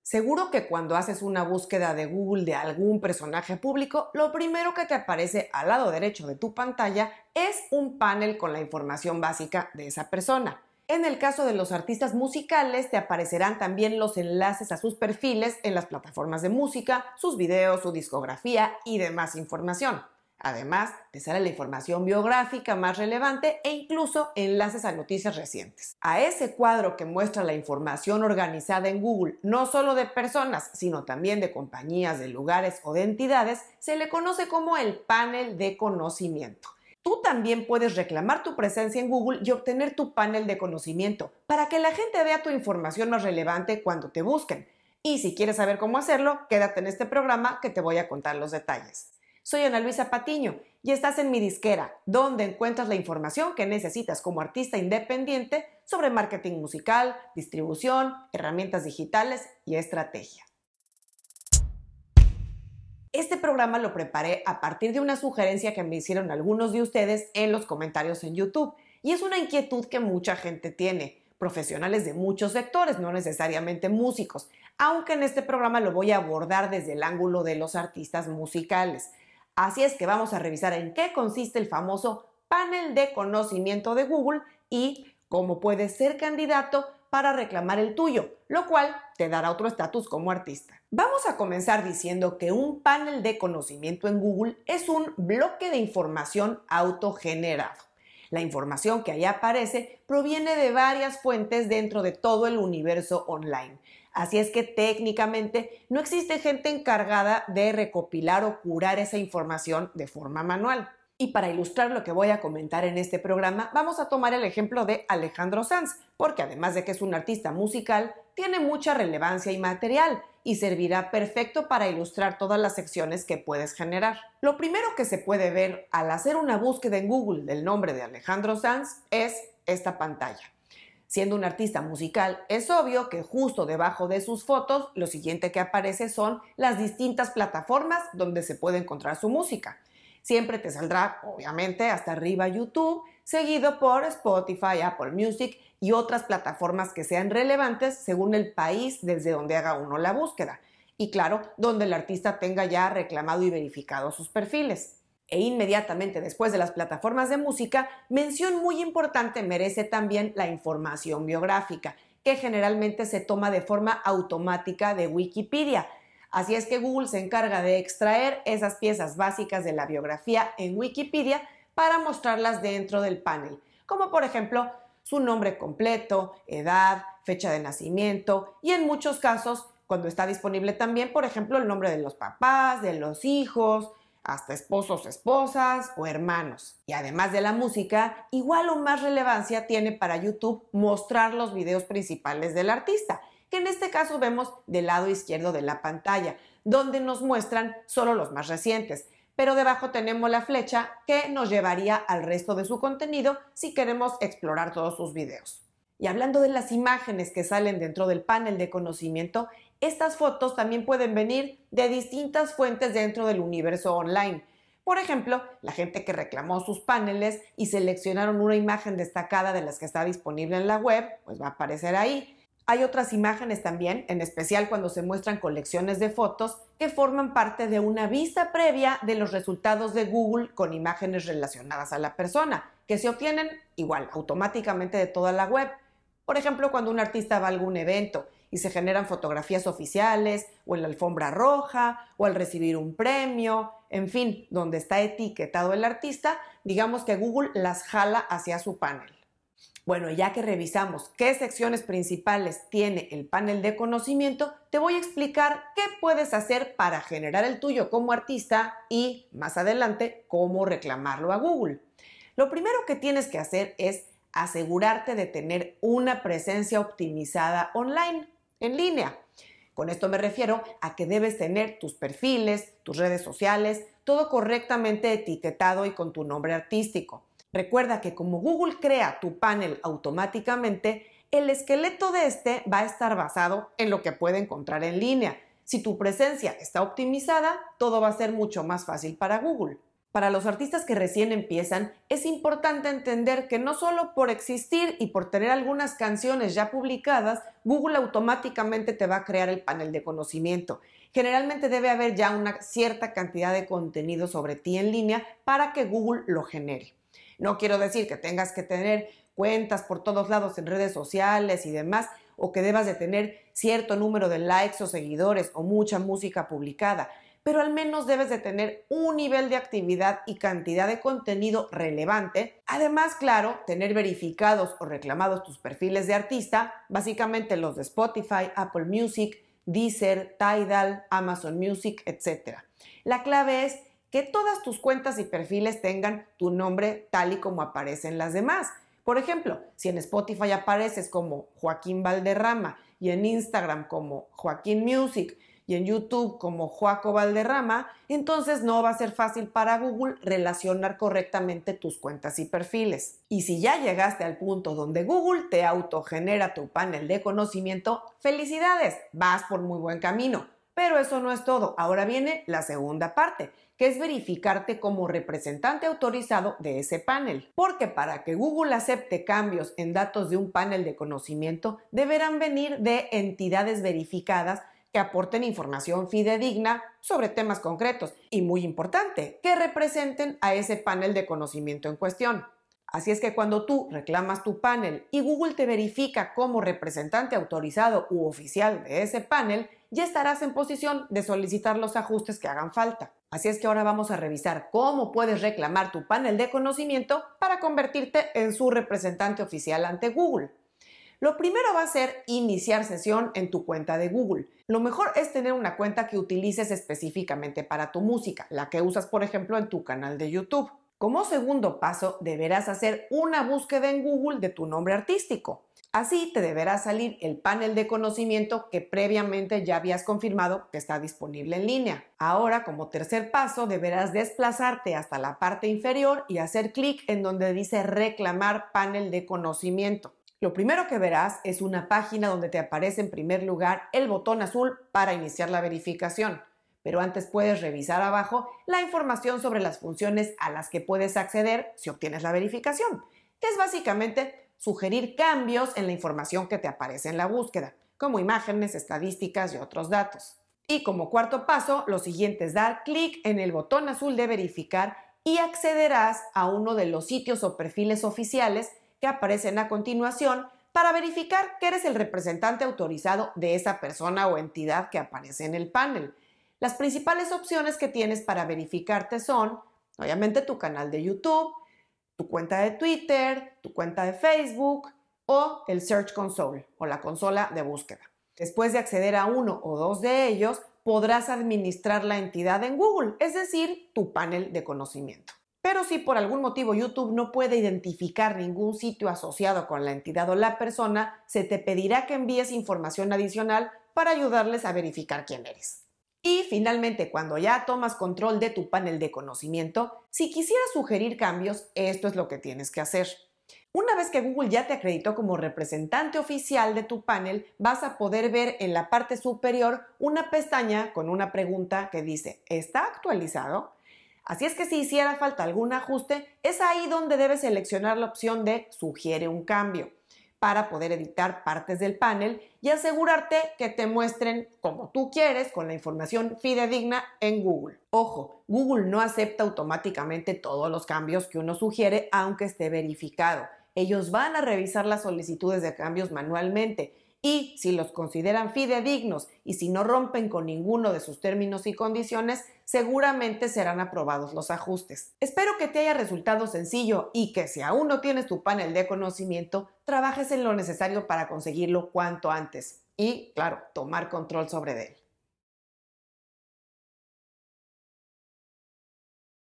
Seguro que cuando haces una búsqueda de Google de algún personaje público, lo primero que te aparece al lado derecho de tu pantalla es un panel con la información básica de esa persona. En el caso de los artistas musicales, te aparecerán también los enlaces a sus perfiles en las plataformas de música, sus videos, su discografía y demás información. Además, te sale la información biográfica más relevante e incluso enlaces a noticias recientes. A ese cuadro que muestra la información organizada en Google, no solo de personas, sino también de compañías, de lugares o de entidades, se le conoce como el panel de conocimiento. Tú también puedes reclamar tu presencia en Google y obtener tu panel de conocimiento para que la gente vea tu información más relevante cuando te busquen. Y si quieres saber cómo hacerlo, quédate en este programa que te voy a contar los detalles. Soy Ana Luisa Patiño y estás en Mi Disquera, donde encuentras la información que necesitas como artista independiente sobre marketing musical, distribución, herramientas digitales y estrategia. Este programa lo preparé a partir de una sugerencia que me hicieron algunos de ustedes en los comentarios en YouTube, y es una inquietud que mucha gente tiene, profesionales de muchos sectores, no necesariamente músicos, aunque en este programa lo voy a abordar desde el ángulo de los artistas musicales. Así es que vamos a revisar en qué consiste el famoso panel de conocimiento de Google y cómo puedes ser candidato para reclamar el tuyo, lo cual te dará otro estatus como artista. Vamos a comenzar diciendo que un panel de conocimiento en Google es un bloque de información autogenerado. La información que ahí aparece proviene de varias fuentes dentro de todo el universo online. Así es que técnicamente no existe gente encargada de recopilar o curar esa información de forma manual. Y para ilustrar lo que voy a comentar en este programa, vamos a tomar el ejemplo de Alejandro Sanz, porque además de que es un artista musical, tiene mucha relevancia y material y servirá perfecto para ilustrar todas las secciones que puedes generar. Lo primero que se puede ver al hacer una búsqueda en Google del nombre de Alejandro Sanz es esta pantalla. Siendo un artista musical, es obvio que justo debajo de sus fotos, lo siguiente que aparece son las distintas plataformas donde se puede encontrar su música. Siempre te saldrá, obviamente, hasta arriba YouTube, seguido por Spotify, Apple Music y otras plataformas que sean relevantes según el país desde donde haga uno la búsqueda. Y claro, donde el artista tenga ya reclamado y verificado sus perfiles. E inmediatamente después de las plataformas de música, mención muy importante merece también la información biográfica, que generalmente se toma de forma automática de Wikipedia. Así es que Google se encarga de extraer esas piezas básicas de la biografía en Wikipedia para mostrarlas dentro del panel, como por ejemplo su nombre completo, edad, fecha de nacimiento y en muchos casos, cuando está disponible también, por ejemplo, el nombre de los papás, de los hijos, hasta esposos, esposas o hermanos. Y además de la música, igual o más relevancia tiene para YouTube mostrar los videos principales del artista, que en este caso vemos del lado izquierdo de la pantalla, donde nos muestran solo los más recientes, pero debajo tenemos la flecha que nos llevaría al resto de su contenido si queremos explorar todos sus videos. Y hablando de las imágenes que salen dentro del panel de conocimiento, estas fotos también pueden venir de distintas fuentes dentro del universo online. Por ejemplo, la gente que reclamó sus paneles y seleccionaron una imagen destacada de las que está disponible en la web, pues va a aparecer ahí. Hay otras imágenes también, en especial cuando se muestran colecciones de fotos que forman parte de una vista previa de los resultados de Google con imágenes relacionadas a la persona, que se obtienen igual automáticamente de toda la web. Por ejemplo, cuando un artista va a algún evento y se generan fotografías oficiales, o en la alfombra roja, o al recibir un premio, en fin, donde está etiquetado el artista, digamos que Google las jala hacia su panel. Bueno, ya que revisamos qué secciones principales tiene el panel de conocimiento, te voy a explicar qué puedes hacer para generar el tuyo como artista y, más adelante, cómo reclamarlo a Google. Lo primero que tienes que hacer es asegurarte de tener una presencia optimizada online, en línea. Con esto me refiero a que debes tener tus perfiles, tus redes sociales, todo correctamente etiquetado y con tu nombre artístico. Recuerda que como Google crea tu panel automáticamente, el esqueleto de este va a estar basado en lo que puede encontrar en línea. Si tu presencia está optimizada, todo va a ser mucho más fácil para Google. Para los artistas que recién empiezan, es importante entender que no solo por existir y por tener algunas canciones ya publicadas, Google automáticamente te va a crear el panel de conocimiento. Generalmente debe haber ya una cierta cantidad de contenido sobre ti en línea para que Google lo genere. No quiero decir que tengas que tener cuentas por todos lados en redes sociales y demás, o que debas de tener cierto número de likes o seguidores o mucha música publicada, pero al menos debes de tener un nivel de actividad y cantidad de contenido relevante. Además, claro, tener verificados o reclamados tus perfiles de artista, básicamente los de Spotify, Apple Music, Deezer, Tidal, Amazon Music, etc. La clave es que todas tus cuentas y perfiles tengan tu nombre tal y como aparecen las demás. Por ejemplo, si en Spotify apareces como Joaquín Valderrama y en Instagram como Joaquín Music y en YouTube como Joaco Valderrama, entonces no va a ser fácil para Google relacionar correctamente tus cuentas y perfiles. Y si ya llegaste al punto donde Google te autogenera tu panel de conocimiento, ¡felicidades! Vas por muy buen camino. Pero eso no es todo. Ahora viene la segunda parte, que es verificarte como representante autorizado de ese panel. Porque para que Google acepte cambios en datos de un panel de conocimiento, deberán venir de entidades verificadas que aporten información fidedigna sobre temas concretos y, muy importante, que representen a ese panel de conocimiento en cuestión. Así es que cuando tú reclamas tu panel y Google te verifica como representante autorizado u oficial de ese panel, ya estarás en posición de solicitar los ajustes que hagan falta. Así es que ahora vamos a revisar cómo puedes reclamar tu panel de conocimiento para convertirte en su representante oficial ante Google. Lo primero va a ser iniciar sesión en tu cuenta de Google. Lo mejor es tener una cuenta que utilices específicamente para tu música, la que usas, por ejemplo, en tu canal de YouTube. Como segundo paso, deberás hacer una búsqueda en Google de tu nombre artístico. Así te deberá salir el panel de conocimiento que previamente ya habías confirmado que está disponible en línea. Ahora, como tercer paso, deberás desplazarte hasta la parte inferior y hacer clic en donde dice reclamar panel de conocimiento. Lo primero que verás es una página donde te aparece en primer lugar el botón azul para iniciar la verificación. Pero antes puedes revisar abajo la información sobre las funciones a las que puedes acceder si obtienes la verificación, que es básicamente sugerir cambios en la información que te aparece en la búsqueda, como imágenes, estadísticas y otros datos. Y como cuarto paso, lo siguiente es dar clic en el botón azul de verificar y accederás a uno de los sitios o perfiles oficiales que aparecen a continuación para verificar que eres el representante autorizado de esa persona o entidad que aparece en el panel. Las principales opciones que tienes para verificarte son, obviamente, tu canal de YouTube, tu cuenta de Twitter, tu cuenta de Facebook o el Search Console o la consola de búsqueda. Después de acceder a uno o dos de ellos, podrás administrar la entidad en Google, es decir, tu panel de conocimiento. Pero si por algún motivo YouTube no puede identificar ningún sitio asociado con la entidad o la persona, se te pedirá que envíes información adicional para ayudarles a verificar quién eres. Y finalmente, cuando ya tomas control de tu panel de conocimiento, si quisieras sugerir cambios, esto es lo que tienes que hacer. Una vez que Google ya te acreditó como representante oficial de tu panel, vas a poder ver en la parte superior una pestaña con una pregunta que dice ¿está actualizado? Así es que si hiciera falta algún ajuste, es ahí donde debes seleccionar la opción de Sugiere un cambio para poder editar partes del panel y asegurarte que te muestren como tú quieres con la información fidedigna en Google. Ojo, Google no acepta automáticamente todos los cambios que uno sugiere aunque esté verificado. Ellos van a revisar las solicitudes de cambios manualmente y si los consideran fidedignos y si no rompen con ninguno de sus términos y condiciones, seguramente serán aprobados los ajustes. Espero que te haya resultado sencillo y que si aún no tienes tu panel de conocimiento, trabajes en lo necesario para conseguirlo cuanto antes y, claro, tomar control sobre él.